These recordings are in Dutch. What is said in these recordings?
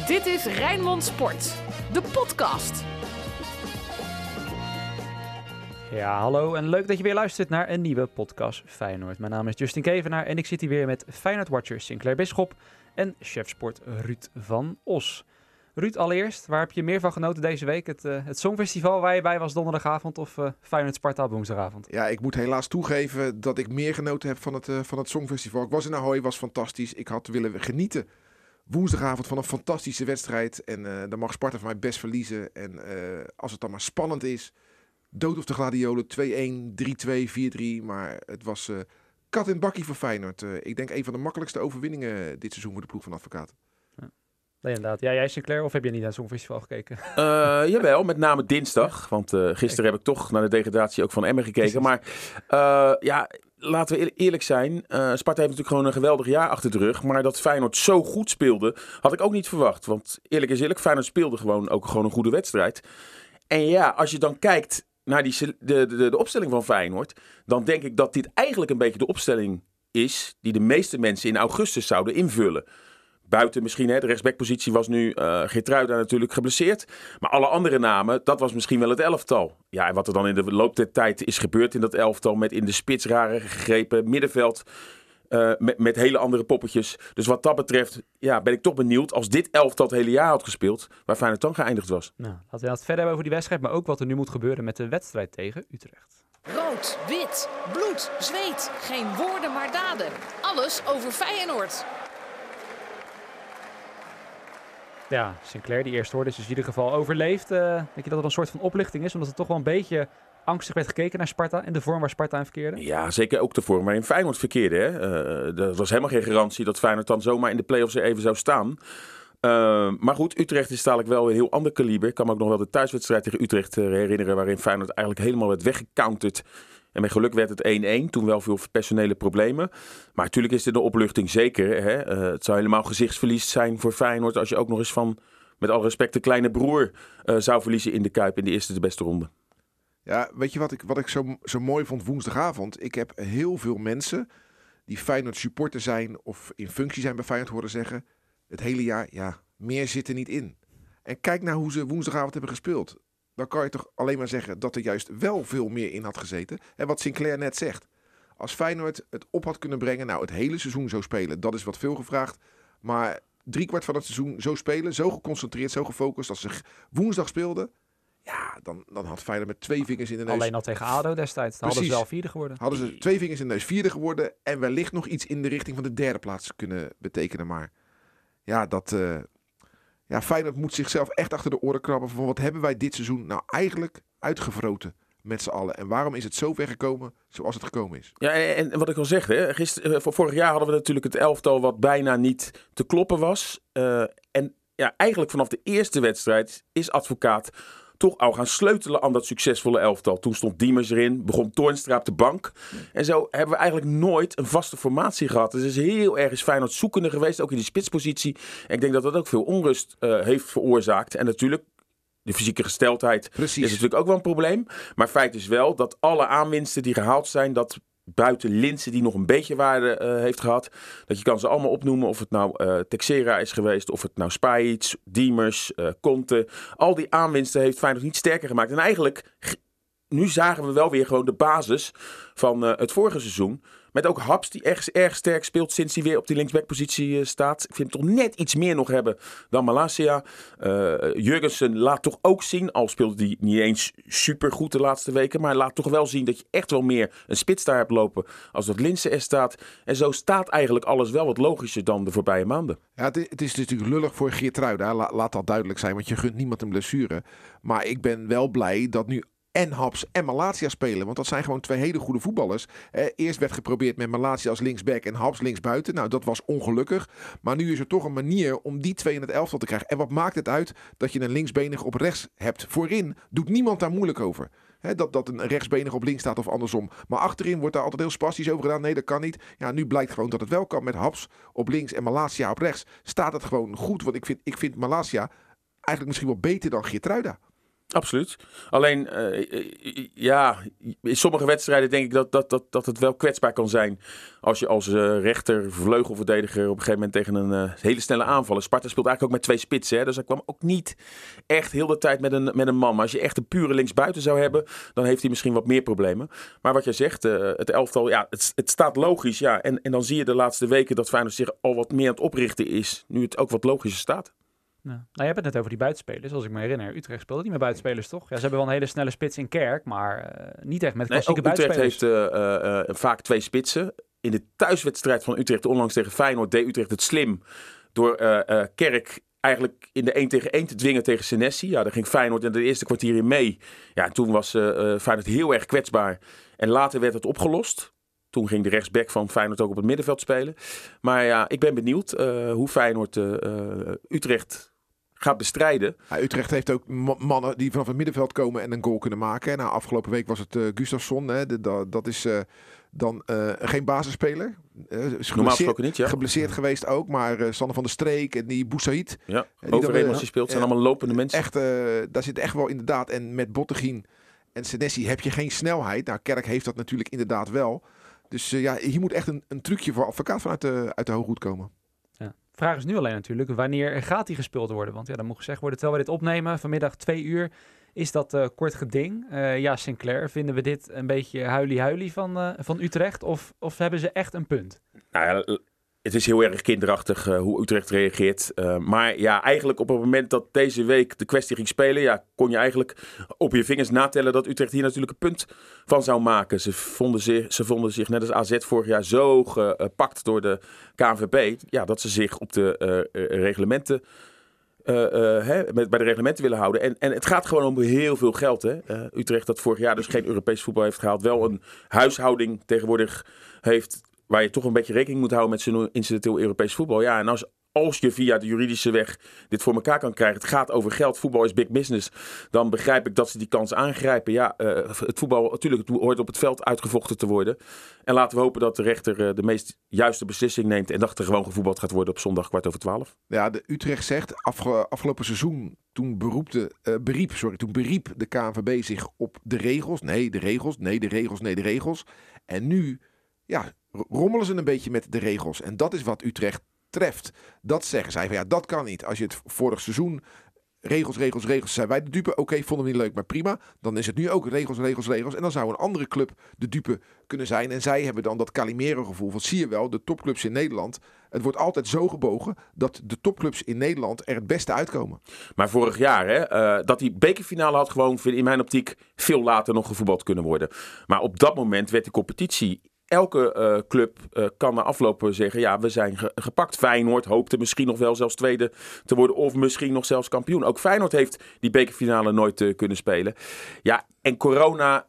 Dit is Rijnmond Sport, de podcast. Ja, hallo en leuk dat je weer luistert naar een nieuwe podcast Feyenoord. Mijn naam is Justin Kevenaar en ik zit hier weer met Feyenoord-watcher Sinclair Bisschop en chefsport Ruud van Os. Ruud, allereerst, waar heb je meer van genoten deze week? Het Songfestival waar je bij was donderdagavond of Feyenoord-Sparta op woensdagavond? Ja, ik moet helaas toegeven dat ik meer genoten heb van het Songfestival. Ik was in Ahoy, was fantastisch. Ik had willen genieten woensdagavond van een fantastische wedstrijd. En dan mag Sparta van mij best verliezen. En als het dan maar spannend is, dood of de gladiolen, 2-1, 3-2, 4-3. Maar het was kat in het bakkie voor Feyenoord. Ik denk een van de makkelijkste overwinningen dit seizoen voor de ploeg van Advocaat. Nee, inderdaad. Ja, jij Sinclair, of heb je niet naar het Songfestival gekeken? Jawel, met name dinsdag. Want gisteren heb ik toch naar de degradatie ook van Emmen gekeken. Maar laten we eerlijk zijn. Sparta heeft natuurlijk gewoon een geweldig jaar achter de rug. Maar dat Feyenoord zo goed speelde, had ik ook niet verwacht. Want eerlijk is eerlijk, Feyenoord speelde gewoon een goede wedstrijd. En ja, als je dan kijkt naar de opstelling van Feyenoord, dan denk ik dat dit eigenlijk een beetje de opstelling is die de meeste mensen in augustus zouden invullen. Buiten misschien, de rechtsbackpositie was nu Geertruida natuurlijk geblesseerd. Maar alle andere namen, dat was misschien wel het elftal. Ja, en wat er dan in de loop der tijd is gebeurd in dat elftal, met in de spits rare gegrepen, middenveld met hele andere poppetjes. Dus wat dat betreft ben ik toch benieuwd, als dit elftal het hele jaar had gespeeld, waar Feyenoord dan geëindigd was. Nou, laten we het verder hebben over die wedstrijd, maar ook wat er nu moet gebeuren met de wedstrijd tegen Utrecht. Rood, wit, bloed, zweet. Geen woorden maar daden. Alles over Feyenoord. Ja, Sinclair, die eerst hoorde, is dus in ieder geval overleefd. Denk je dat het een soort van oplichting is? Omdat er toch wel een beetje angstig werd gekeken naar Sparta en de vorm waar Sparta in verkeerde? Ja, zeker ook de vorm waarin Feyenoord verkeerde. Hè? Er was helemaal geen garantie dat Feyenoord dan zomaar in de play-offs er even zou staan. Maar goed, Utrecht is dadelijk wel een heel ander kaliber. Ik kan me ook nog wel de thuiswedstrijd tegen Utrecht herinneren, waarin Feyenoord eigenlijk helemaal werd weggecounterd. En met geluk werd het 1-1, toen wel veel personele problemen. Maar natuurlijk is dit een opluchting, zeker. Hè? Het zou helemaal gezichtsverlies zijn voor Feyenoord als je ook nog eens van, met alle respect, de kleine broer zou verliezen in de Kuip in de eerste de beste ronde. Ja, weet je wat ik zo mooi vond woensdagavond? Ik heb heel veel mensen die Feyenoord supporter zijn of in functie zijn bij Feyenoord horen zeggen, het hele jaar, meer zit er niet in. En kijk naar hoe ze woensdagavond hebben gespeeld. Dan kan je toch alleen maar zeggen dat er juist wel veel meer in had gezeten. En wat Sinclair net zegt. Als Feyenoord het op had kunnen brengen, het hele seizoen zo spelen, dat is wat veel gevraagd. Maar 3/4 van het seizoen zo spelen, zo geconcentreerd, zo gefocust als ze woensdag speelden. Ja, dan had Feyenoord met 2 vingers in de neus. Alleen al tegen ADO destijds. Dan hadden ze wel vierde geworden. Hadden ze 2 vingers in de neus vierde geworden. En wellicht nog iets in de richting van de derde plaats kunnen betekenen. Maar ja, Feyenoord moet zichzelf echt achter de oren krabben van wat hebben wij dit seizoen nou eigenlijk uitgevroten met z'n allen. En waarom is het zo ver gekomen zoals het gekomen is? Ja, en wat ik al zeg, vorig jaar hadden we natuurlijk het elftal wat bijna niet te kloppen was. En ja, eigenlijk vanaf de eerste wedstrijd is Advocaat toch al gaan sleutelen aan dat succesvolle elftal. Toen stond Diemers erin, begon Toornstra op de bank. En zo hebben we eigenlijk nooit een vaste formatie gehad. Dus het is heel erg Feyenoord zoekende geweest, ook in die spitspositie. En ik denk dat dat ook veel onrust heeft veroorzaakt. En natuurlijk, de fysieke gesteldheid is natuurlijk ook wel een probleem. Maar feit is wel dat alle aanwinsten die gehaald zijn, dat buiten Linse die nog een beetje waarde heeft gehad, dat je kan ze allemaal opnoemen, of het nou Texera is geweest, of het nou Spajic, Diemers, Conte. Al die aanwinsten heeft Feyenoord niet sterker gemaakt. En eigenlijk, nu zagen we wel weer gewoon de basis van het vorige seizoen. Met ook Haps die erg sterk speelt sinds hij weer op die linksbackpositie staat. Ik vind hem toch net iets meer nog hebben dan Malacia. Jurgensen laat toch ook zien, al speelde hij niet eens supergoed de laatste weken, maar laat toch wel zien dat je echt wel meer een spits daar hebt lopen als dat Linse er staat. En zo staat eigenlijk alles wel wat logischer dan de voorbije maanden. Ja, het is natuurlijk lullig voor Geertruida, laat dat duidelijk zijn, want je gunt niemand een blessure. Maar ik ben wel blij dat nu en Haps en Malacia spelen. Want dat zijn gewoon 2 hele goede voetballers. Eerst werd geprobeerd met Malacia als linksback en Haps linksbuiten. Nou, dat was ongelukkig. Maar nu is er toch een manier om die 2 in het elftal te krijgen. En wat maakt het uit dat je een linksbenig op rechts hebt? Voorin doet niemand daar moeilijk over. Dat een rechtsbenig op links staat of andersom. Maar achterin wordt daar altijd heel spastisch over gedaan. Nee, dat kan niet. Ja, nu blijkt gewoon dat het wel kan. Met Haps op links en Malacia op rechts staat het gewoon goed. Want ik vind Malacia eigenlijk misschien wel beter dan Geertruida. Absoluut. Alleen, in sommige wedstrijden denk ik dat het wel kwetsbaar kan zijn. Als je als rechter, vleugelverdediger op een gegeven moment tegen een hele snelle aanvaller. Sparta speelt eigenlijk ook met 2 spitsen. Hè? Dus hij kwam ook niet echt heel de tijd met een man. Maar als je echt een pure linksbuiten zou hebben, dan heeft hij misschien wat meer problemen. Maar wat jij zegt, het elftal, het staat logisch. Ja, en dan zie je de laatste weken dat Feyenoord zich al wat meer aan het oprichten is. Nu het ook wat logischer staat. Ja. Nou, je hebt het net over die buitenspelers. Als ik me herinner, Utrecht speelde niet meer buitenspelers, toch? Ja, ze hebben wel een hele snelle spits in Kerk, maar niet echt met klassieke buitenspelers. Utrecht heeft vaak 2 spitsen. In de thuiswedstrijd van Utrecht onlangs tegen Feyenoord deed Utrecht het slim door Kerk eigenlijk in de 1-tegen-1 te dwingen tegen Senesi. Ja, daar ging Feyenoord in de eerste kwartier in mee. Ja, en toen was Feyenoord heel erg kwetsbaar. En later werd het opgelost. Toen ging de rechtsback van Feyenoord ook op het middenveld spelen. Maar ja, ik ben benieuwd hoe Feyenoord Utrecht gaat bestrijden. Ja, Utrecht heeft ook mannen die vanaf het middenveld komen en een goal kunnen maken. Nou, afgelopen week was het Gustafsson. Hè, dat is dan geen basisspeler. Normaal gesproken niet, ja. Geblesseerd geweest ook. Maar Sander van der Streek en die Boussaïd. Ja, overeen als je speelt zijn allemaal lopende mensen. Echt, daar zit echt wel inderdaad. En met Bottegien en Senesi heb je geen snelheid. Nou, Kerk heeft dat natuurlijk inderdaad wel. Dus hier moet echt een trucje voor advocaat vanuit uit de hooghoed komen. Ja. Vraag is nu alleen natuurlijk, wanneer gaat die gespeeld worden? Want dan moet gezegd worden, terwijl we dit opnemen, vanmiddag 2 uur, is dat kort geding. Sinclair, vinden we dit een beetje huilie-huilie van Utrecht? Of hebben ze echt een punt? Nou ja, het is heel erg kinderachtig hoe Utrecht reageert. Maar ja, eigenlijk op het moment dat deze week de kwestie ging spelen, ja, kon je eigenlijk op je vingers natellen dat Utrecht hier natuurlijk een punt van zou maken. Ze vonden zich net als AZ vorig jaar zo gepakt door de KNVB, ja, dat ze zich op de reglementen bij de reglementen willen houden. En het gaat gewoon om heel veel geld. Hè? Utrecht dat vorig jaar dus geen Europees voetbal heeft gehaald, wel een huishouding tegenwoordig heeft waar je toch een beetje rekening moet houden met zo'n incidenteel Europees voetbal. Ja, en als je via de juridische weg dit voor elkaar kan krijgen, het gaat over geld, voetbal is big business, dan begrijp ik dat ze die kans aangrijpen. Ja, het voetbal, natuurlijk, het hoort op het veld uitgevochten te worden. En laten we hopen dat de rechter de meest juiste beslissing neemt en dat er gewoon gevoetbald gaat worden op zondag 11:15. Ja, de Utrecht zegt, afgelopen seizoen, toen beriep de KNVB zich op de regels. Nee, de regels. En nu, ja, rommelen ze een beetje met de regels. En dat is wat Utrecht treft. Dat zeggen zij van ja, dat kan niet. Als je het vorig seizoen regels, zijn wij de dupe. Oké, vonden we niet leuk, maar prima. Dan is het nu ook regels. En dan zou een andere club de dupe kunnen zijn. En zij hebben dan dat Calimero gevoel van zie je wel, de topclubs in Nederland. Het wordt altijd zo gebogen dat de topclubs in Nederland er het beste uitkomen. Maar vorig jaar, dat die bekerfinale had gewoon in mijn optiek veel later nog gevoetbald kunnen worden. Maar op dat moment werd de competitie. Elke club kan na afloop zeggen, ja, we zijn gepakt. Feyenoord hoopte misschien nog wel zelfs tweede te worden of misschien nog zelfs kampioen. Ook Feyenoord heeft die bekerfinale nooit kunnen spelen. Ja, en corona,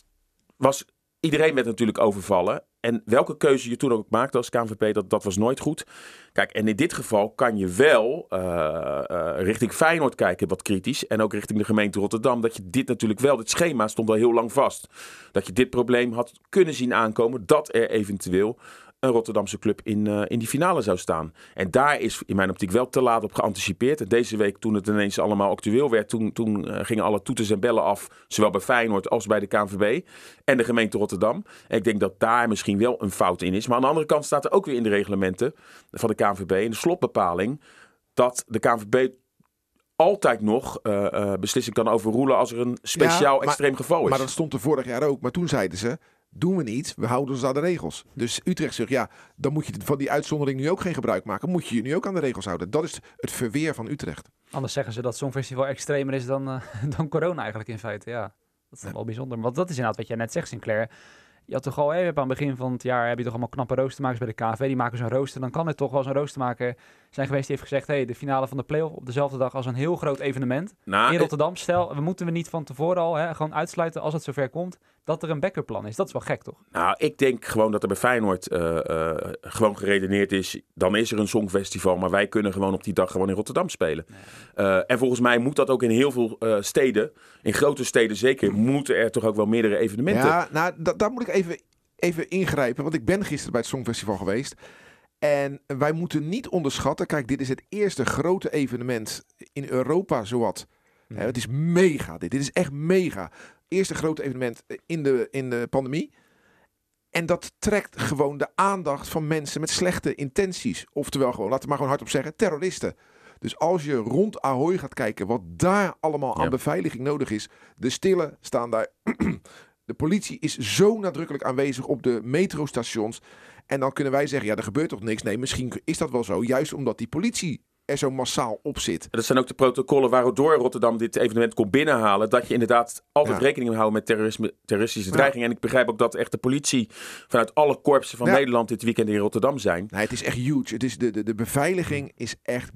iedereen werd natuurlijk overvallen. En welke keuze je toen ook maakte als KNVB, dat was nooit goed. Kijk, en in dit geval kan je wel richting Feyenoord kijken, wat kritisch. En ook richting de gemeente Rotterdam. Dat je dit natuurlijk wel, dit schema stond al heel lang vast. Dat je dit probleem had kunnen zien aankomen. Dat er eventueel een Rotterdamse club in die finale zou staan. En daar is in mijn optiek wel te laat op geanticipeerd. En deze week, toen het ineens allemaal actueel werd, toen gingen alle toeters en bellen af, zowel bij Feyenoord als bij de KNVB en de gemeente Rotterdam. En ik denk dat daar misschien wel een fout in is. Maar aan de andere kant staat er ook weer in de reglementen van de KNVB, in de slotbepaling, dat de KNVB altijd nog beslissing kan overroelen als er een speciaal extreem geval is. Maar dat stond er vorig jaar ook. Maar toen zeiden ze, doen we niet, we houden ons aan de regels. Dus Utrecht zegt, ja, dan moet je van die uitzondering nu ook geen gebruik maken. Moet je je nu ook aan de regels houden. Dat is het verweer van Utrecht. Anders zeggen ze dat het Songfestival extremer is dan corona eigenlijk in feite. Ja, dat is dan wel bijzonder. Want dat is inderdaad wat jij net zegt, Sinclair. Je had toch al, aan het begin van het jaar heb je toch allemaal knappe roostermakers bij de KNVB. Die maken zo'n rooster. Dan kan het toch wel zo'n roostermaker zijn geweest die heeft gezegd, de finale van de play-off op dezelfde dag als een heel groot evenement in Rotterdam. Stel, moeten we niet van tevoren al gewoon uitsluiten als het zover komt dat er een backup plan is. Dat is wel gek, toch? Nou, ik denk gewoon dat er bij Feyenoord gewoon geredeneerd is. Dan is er een songfestival, maar wij kunnen gewoon op die dag gewoon in Rotterdam spelen. Nee. En volgens mij moet dat ook in heel veel steden, in grote steden zeker, moeten er toch ook wel meerdere evenementen. Ja, nou, daar moet ik even ingrijpen, want ik ben gisteren bij het Songfestival geweest. En wij moeten niet onderschatten, kijk, dit is het eerste grote evenement in Europa, zowat, Het is mega dit. Dit is echt mega. Eerste grote evenement in de pandemie. En dat trekt gewoon de aandacht van mensen met slechte intenties. Oftewel gewoon, laten we maar gewoon hardop zeggen, terroristen. Dus als je rond Ahoy gaat kijken wat daar allemaal aan beveiliging nodig is. De stillen staan daar. De politie is zo nadrukkelijk aanwezig op de metrostations. En dan kunnen wij zeggen, ja, er gebeurt toch niks. Nee, misschien is dat wel zo. Juist omdat die politie er zo massaal op zit. Dat zijn ook de protocollen waardoor Rotterdam dit evenement kon binnenhalen. Dat je inderdaad altijd rekening moet houden met terroristische dreigingen. En ik begrijp ook dat echt de politie vanuit alle korpsen van Nederland dit weekend in Rotterdam zijn. Nee, het is echt huge. Het is de beveiliging is echt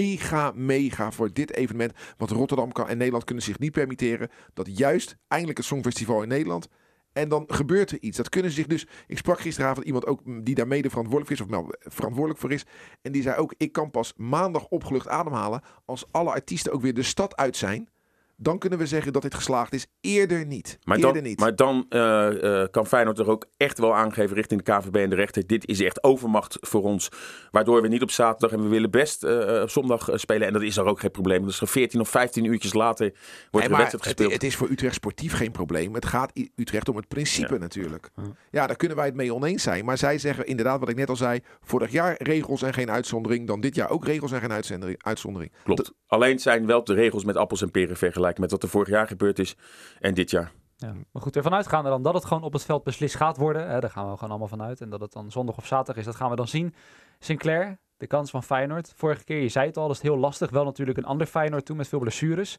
mega voor dit evenement. Want Rotterdam en Nederland kunnen zich niet permitteren dat juist eindelijk het Songfestival in Nederland. En dan gebeurt er iets. Dat kunnen ze zich dus... Ik sprak gisteravond iemand ook die daar mede verantwoordelijk is. Of verantwoordelijk voor is. En die zei ook... Ik kan pas maandag opgelucht ademhalen. Als alle artiesten ook weer de stad uit zijn. Dan kunnen we zeggen dat dit geslaagd is. Eerder niet. Maar dan kan Feyenoord er ook echt wel aangeven richting de KVB en de rechter. Dit is echt overmacht voor ons. Waardoor we niet op zaterdag en we willen best op zondag spelen. En dat is er ook geen probleem. Dus 14 of 15 uurtjes later wordt er een wedstrijd gespeeld. Het is voor Utrecht sportief geen probleem. Het gaat Utrecht om het principe natuurlijk. Ja, daar kunnen wij het mee oneens zijn. Maar zij zeggen inderdaad wat ik net al zei. Vorig jaar regels en geen uitzondering. Dan dit jaar ook regels en geen uitzondering. Klopt. Alleen zijn wel de regels met appels en peren vergelijken met wat er vorig jaar gebeurd is en dit jaar. Ja, maar goed, ervan uitgaande dan dat het gewoon op het veld beslist gaat worden. Daar gaan we gewoon allemaal vanuit. En dat het dan zondag of zaterdag is, dat gaan we dan zien. Sinclair, de kans van Feyenoord. Vorige keer, je zei het al, dat is heel lastig. Wel natuurlijk een ander Feyenoord toen met veel blessures.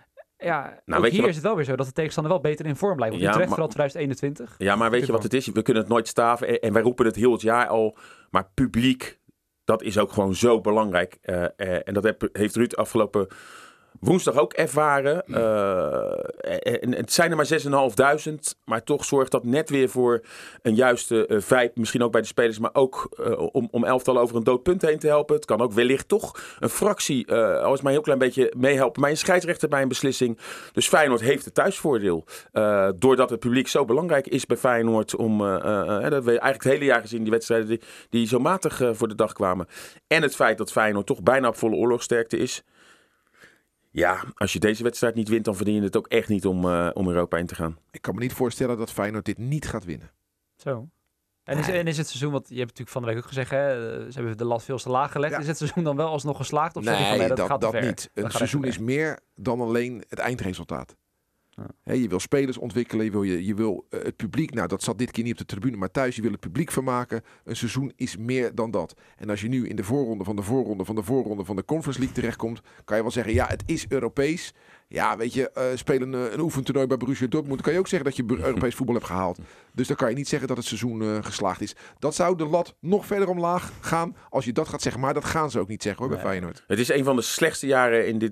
Ja, hier is het wel weer zo dat de tegenstander wel beter in vorm blijft. Want Utrecht vooral 2021. Ja, maar weet je wat het is? We kunnen het nooit staven. En wij roepen het heel het jaar al. Maar publiek, dat is ook gewoon zo belangrijk. En dat heeft Ruud afgelopen woensdag ook ervaren. En het zijn er maar 6.500. Maar toch zorgt dat net weer voor een juiste vibe. Misschien ook bij de spelers. Maar ook om elftal over een dood punt heen te helpen. Het kan ook wellicht toch een fractie. Al is maar een heel klein beetje meehelpen. Maar een scheidsrechter bij een beslissing. Dus Feyenoord heeft het thuisvoordeel. Doordat het publiek zo belangrijk is bij Feyenoord. Dat we eigenlijk het hele jaar gezien die wedstrijden die zo matig voor de dag kwamen. En het feit dat Feyenoord toch bijna op volle oorlogsterkte is. Ja, als je deze wedstrijd niet wint, dan verdien je het ook echt niet om Europa in te gaan. Ik kan me niet voorstellen dat Feyenoord dit niet gaat winnen. Zo. En is het seizoen, want je hebt natuurlijk van de week ook gezegd, hè, ze hebben de lat veel te laag gelegd. Ja. Is het seizoen dan wel alsnog geslaagd? Of nee, dat gaat dat niet. Een seizoen is meer dan alleen het eindresultaat. Ja. Je wil spelers ontwikkelen, je wil het publiek, nou dat zat dit keer niet op de tribune, maar thuis, je wil het publiek vermaken. Een seizoen is meer dan dat. En als je nu in de voorronde van de Conference League terechtkomt, kan je wel zeggen, ja, het is Europees. Ja, weet je, spelen een oefentoernooi bij Borussia Dortmund, kan je ook zeggen dat je Europees voetbal hebt gehaald. Dus dan kan je niet zeggen dat het seizoen geslaagd is. Dat zou de lat nog verder omlaag gaan als je dat gaat zeggen. Maar dat gaan ze ook niet zeggen hoor, bij Feyenoord. Het is een van de slechtste jaren in dit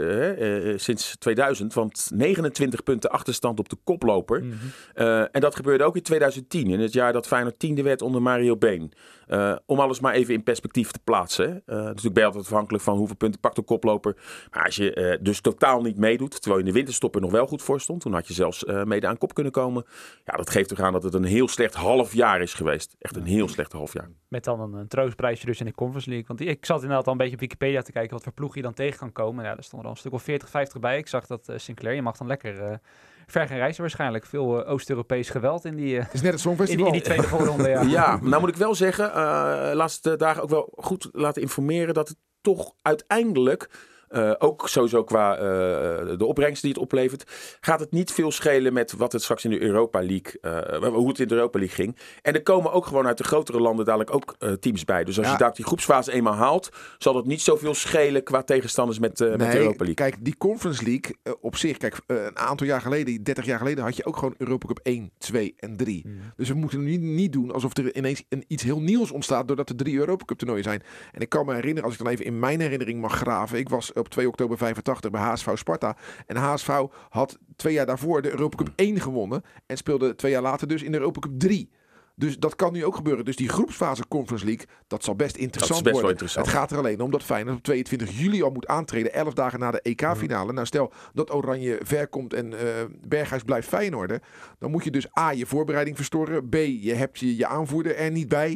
sinds 2000. Want 29 punten achterstand op de koploper. En dat gebeurde ook in 2010. In het jaar dat Feyenoord 10e werd onder Mario Been. Om alles maar even in perspectief te plaatsen. Natuurlijk ben je altijd afhankelijk van hoeveel punten pakt de koploper. Maar als je dus totaal niet meedoet, terwijl je in de winterstop er nog wel goed voor stond. Toen had je zelfs mede aan kop kunnen komen. Ja, dat geeft toch aan dat het een heel slecht half jaar is geweest. Echt een heel slecht half jaar. Met dan een troostprijsje dus in de Conference League. Want ik zat inderdaad al een beetje op Wikipedia te kijken wat voor ploeg je dan tegen kan komen. Ja, er stond er al een stuk of 40, 50 bij. Ik zag dat Sinclair, je mag dan lekker ver gaan reizen waarschijnlijk. Veel Oost-Europees geweld in die, het is net het Songfestival. in die tweede voorronde. Ja, nou moet ik wel zeggen, laatste dagen ook wel goed laten informeren dat het toch uiteindelijk, ook sowieso qua de opbrengst die het oplevert, gaat het niet veel schelen met wat het straks in de Europa League, hoe het in de Europa League ging. En er komen ook gewoon uit de grotere landen dadelijk ook teams bij. Dus als je daar die groepsfase eenmaal haalt, zal het niet zoveel schelen qua tegenstanders met de Europa League. Kijk, die Conference League op zich, een aantal jaar geleden, 30 jaar geleden, had je ook gewoon Europa Cup 1, 2 en 3. Dus we moeten nu niet doen alsof er ineens iets heel nieuws ontstaat doordat er 3 Europa Cup toernooien zijn. En ik kan me herinneren, als ik dan even in mijn herinnering mag graven, ik was op 2 oktober 85 bij HSV Sparta. En HSV had 2 jaar daarvoor de Europa Cup 1 gewonnen. En speelde 2 jaar later dus in de Europa Cup 3. Dus dat kan nu ook gebeuren. Dus die groepsfase Conference League, dat zal best interessant worden. Interessant. Het gaat er alleen om dat Feyenoord op 22 juli al moet aantreden. 11 dagen na de EK-finale. Nou, stel dat Oranje ver komt en Berghuis blijft Feyenoorden. Dan moet je dus A, je voorbereiding verstoren. B, je hebt je aanvoerder er niet bij.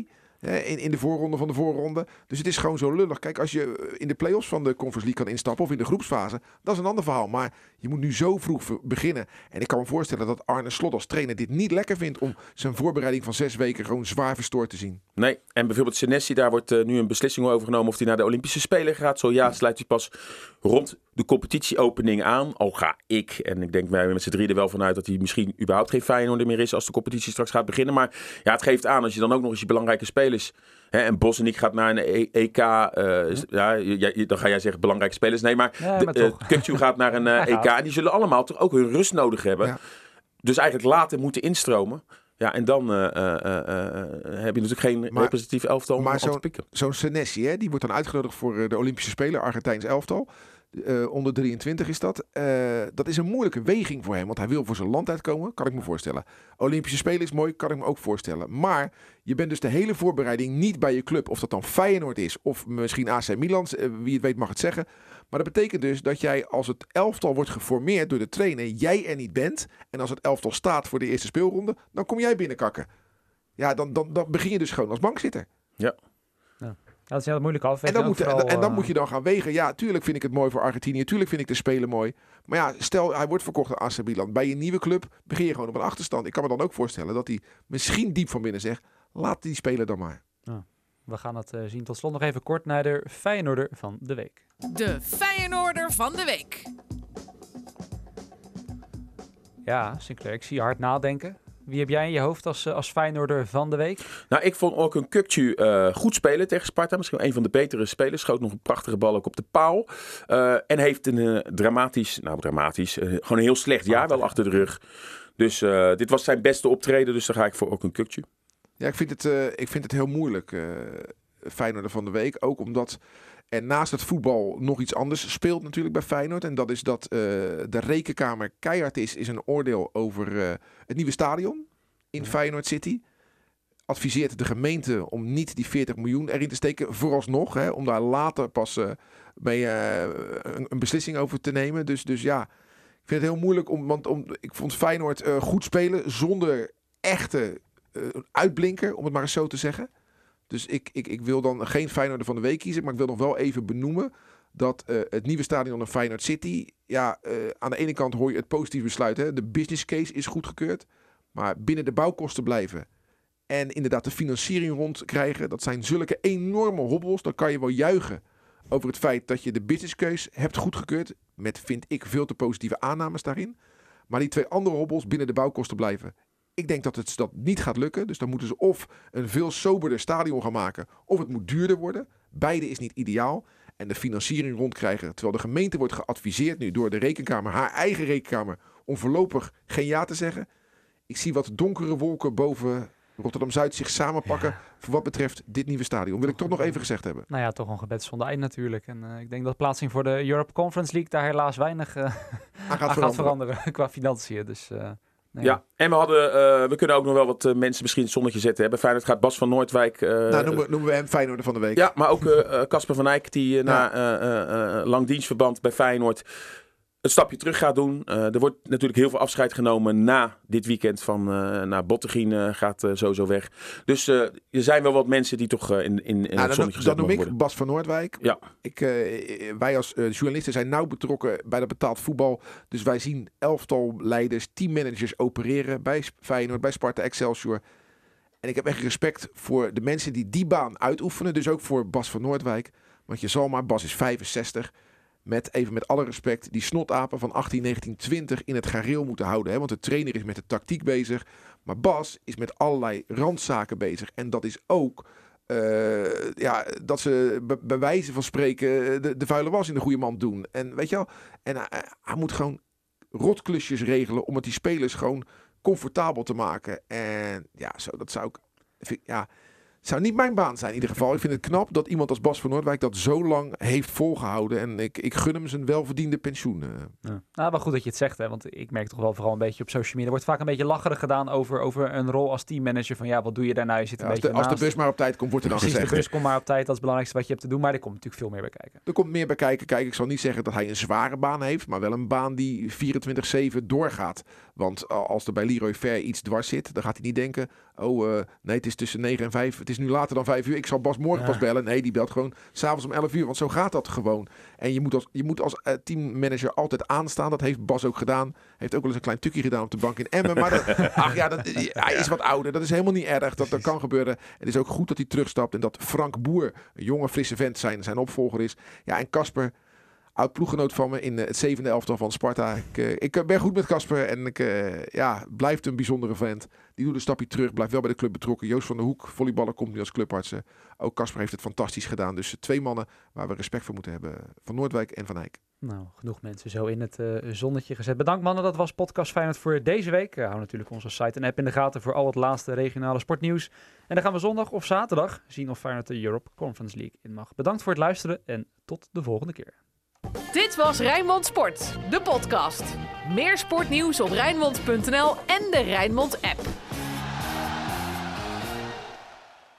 In de voorronde van de voorronde. Dus het is gewoon zo lullig. Kijk, als je in de play-offs van de Conference League kan instappen of in de groepsfase, dat is een ander verhaal. Maar je moet nu zo vroeg beginnen. En ik kan me voorstellen dat Arne Slot als trainer dit niet lekker vindt om zijn voorbereiding van 6 weken gewoon zwaar verstoord te zien. Nee, en bijvoorbeeld Senesi, daar wordt nu een beslissing over genomen of hij naar de Olympische Spelen gaat. Zo ja, sluit hij pas rond de competitieopening aan. Al ga ik, en ik denk wij met z'n drieën er wel vanuit dat hij misschien überhaupt geen Feyenoorder meer is als de competitie straks gaat beginnen. Maar ja, het geeft aan als je dan ook nog eens je belangrijke spelers... En Bosniek gaat naar een EK. Dan ga jij zeggen belangrijke spelers. Nee, maar Kökçü gaat naar een EK. En die zullen allemaal toch ook hun rust nodig hebben. Ja. Dus eigenlijk later moeten instromen. Ja, en dan heb je natuurlijk geen representatief elftal om te pikken. Zo'n Senesi, die wordt dan uitgenodigd voor de Olympische Spelen, Argentijns elftal. Onder 23 is dat. Dat is een moeilijke weging voor hem. Want hij wil voor zijn land uitkomen. Kan ik me voorstellen. Olympische Spelen is mooi. Kan ik me ook voorstellen. Maar je bent dus de hele voorbereiding niet bij je club. Of dat dan Feyenoord is. Of misschien AC Milan. Wie het weet mag het zeggen. Maar dat betekent dus dat jij als het elftal wordt geformeerd door de trainer. Jij er niet bent. En als het elftal staat voor de eerste speelronde. Dan kom jij binnenkakken. Ja, dan begin je dus gewoon als bankzitter. Ja. Dat is heel moeilijk af. En dan moet je dan gaan wegen. Ja, tuurlijk vind ik het mooi voor Argentinië. Tuurlijk vind ik de Spelen mooi. Maar ja, stel hij wordt verkocht aan AC Milan. Bij je nieuwe club begin je gewoon op een achterstand. Ik kan me dan ook voorstellen dat hij misschien diep van binnen zegt. Laat die spelen dan maar. Ja, we gaan het zien. Tot slot nog even kort naar de Feyenoorder van de week. De Feyenoorder van de week. Ja, Sinclair, ik zie je hard nadenken. Wie heb jij in je hoofd als Feyenoorder van de week? Nou, ik vond ook een Kökçü goed spelen tegen Sparta. Misschien een van de betere spelers. Schoot nog een prachtige bal ook op de paal. En heeft een dramatisch, gewoon een heel slecht jaar wel achter de rug. Dus dit was zijn beste optreden. Dus daar ga ik voor ook een Kökçü. Ja, ik vind het heel moeilijk. Feyenoorder van de week. Ook omdat er naast het voetbal nog iets anders speelt natuurlijk bij Feyenoord. En dat is dat de rekenkamer keihard is een oordeel over het nieuwe stadion in Feyenoord City. Adviseert de gemeente om niet die 40 miljoen erin te steken vooralsnog. Om daar later pas mee een beslissing over te nemen. Dus ja, ik vind het heel moeilijk. Want ik vond Feyenoord goed spelen zonder echte uitblinker, om het maar eens zo te zeggen. Dus ik wil dan geen Feyenoorder van de week kiezen. Maar ik wil nog wel even benoemen dat het nieuwe stadion in Feyenoord City... Ja, aan de ene kant hoor je het positief besluit. Hè? De business case is goedgekeurd. Maar binnen de bouwkosten blijven. En inderdaad de financiering rondkrijgen. Dat zijn zulke enorme hobbels. Dan kan je wel juichen over het feit dat je de business case hebt goedgekeurd. Met, vind ik, veel te positieve aannames daarin. Maar die 2 andere hobbels binnen de bouwkosten blijven. Ik denk dat het dat niet gaat lukken. Dus dan moeten ze of een veel soberder stadion gaan maken. Of het moet duurder worden. Beide is niet ideaal. En de financiering rondkrijgen. Terwijl de gemeente wordt geadviseerd nu door de rekenkamer. Haar eigen rekenkamer. Om voorlopig geen ja te zeggen. Ik zie wat donkere wolken boven Rotterdam-Zuid zich samenpakken. Voor wat betreft dit nieuwe stadion. Wil ik toch nog even gezegd hebben. Nou ja, toch een gebed zonder eind natuurlijk. En ik denk dat plaatsing voor de Europe Conference League daar helaas weinig aan gaat veranderen qua financiën. Dus... Nee. Ja, en we kunnen ook nog wel wat mensen misschien het zonnetje zetten. Hè. Bij Feyenoord gaat Bas van Noordwijk... noemen we hem Feyenoorder van de week. Ja, maar ook Casper van Eyck die na lang dienstverband bij Feyenoord een stapje terug gaat doen. Er wordt natuurlijk heel veel afscheid genomen na dit weekend van Bottegien gaat sowieso weg. Dus er zijn wel wat mensen die toch in het zonnetje gezet Dan noem worden. ik Bas van Noordwijk. Ja. Wij als journalisten zijn nauw betrokken bij dat betaald voetbal. Dus wij zien elftalleiders, teammanagers opereren bij Feyenoord, bij Sparta, Excelsior. En ik heb echt respect voor de mensen die die baan uitoefenen. Dus ook voor Bas van Noordwijk. Want je zal maar, Bas is 65... Met alle respect, die snotapen van 18, 19, 20 in het gareel moeten houden. Hè? Want de trainer is met de tactiek bezig. Maar Bas is met allerlei randzaken bezig. En dat is ook dat ze bij wijze van spreken de vuile was in de goede mand doen. En weet je wel, en hij moet gewoon rotklusjes regelen om het die spelers gewoon comfortabel te maken. En ja, dat zou ik... Het zou niet mijn baan zijn in ieder geval. Ik vind het knap dat iemand als Bas van Noordwijk dat zo lang heeft volgehouden. En ik gun hem zijn welverdiende pensioen. Ja. Nou, wel goed dat je het zegt. Hè? Want ik merk toch wel vooral een beetje op social media. Er wordt vaak een beetje lacherig gedaan over een rol als teammanager. Van ja, wat doe je daar nou? Je zit een beetje als de bus maar op tijd komt, wordt er dan gezegd. Precies, de bus komt maar op tijd. Dat is het belangrijkste wat je hebt te doen. Maar er komt natuurlijk veel meer bij kijken. Er komt meer bij kijken. Kijk, ik zal niet zeggen dat hij een zware baan heeft. Maar wel een baan die 24/7 doorgaat. Want als er bij Leroy Fair iets dwars zit, dan gaat hij niet denken... nee, het is tussen 9 en 5. Het is nu later dan 5 uur. Ik zal Bas morgen pas bellen. Nee, die belt gewoon 's avonds om 11 uur. Want zo gaat dat gewoon. En je moet als teammanager altijd aanstaan. Dat heeft Bas ook gedaan. Heeft ook wel eens een klein tukje gedaan op de bank in Emmen. Maar hij is wat ouder. Dat is helemaal niet erg. Dat kan gebeuren. Het is ook goed dat hij terugstapt. En dat Frank Boer, een jonge frisse vent, zijn opvolger is. Ja, en Casper, oud ploeggenoot van me in het 7e elftal van Sparta. Ik ben goed met Casper en blijft een bijzondere vent. Die doet een stapje terug, blijft wel bij de club betrokken. Joost van der Hoek, volleyballer, komt nu als clubarts. Ook Casper heeft het fantastisch gedaan. Dus 2 mannen waar we respect voor moeten hebben. Van Noordwijk en Van Eyck. Nou, genoeg mensen zo in het zonnetje gezet. Bedankt mannen, dat was podcast Feyenoord voor deze week. Hou natuurlijk onze site en app in de gaten voor al het laatste regionale sportnieuws. En dan gaan we zondag of zaterdag zien of Feyenoord de Europe Conference League in mag. Bedankt voor het luisteren en tot de volgende keer. Dit was Rijnmond Sport, de podcast. Meer sportnieuws op Rijnmond.nl en de Rijnmond app.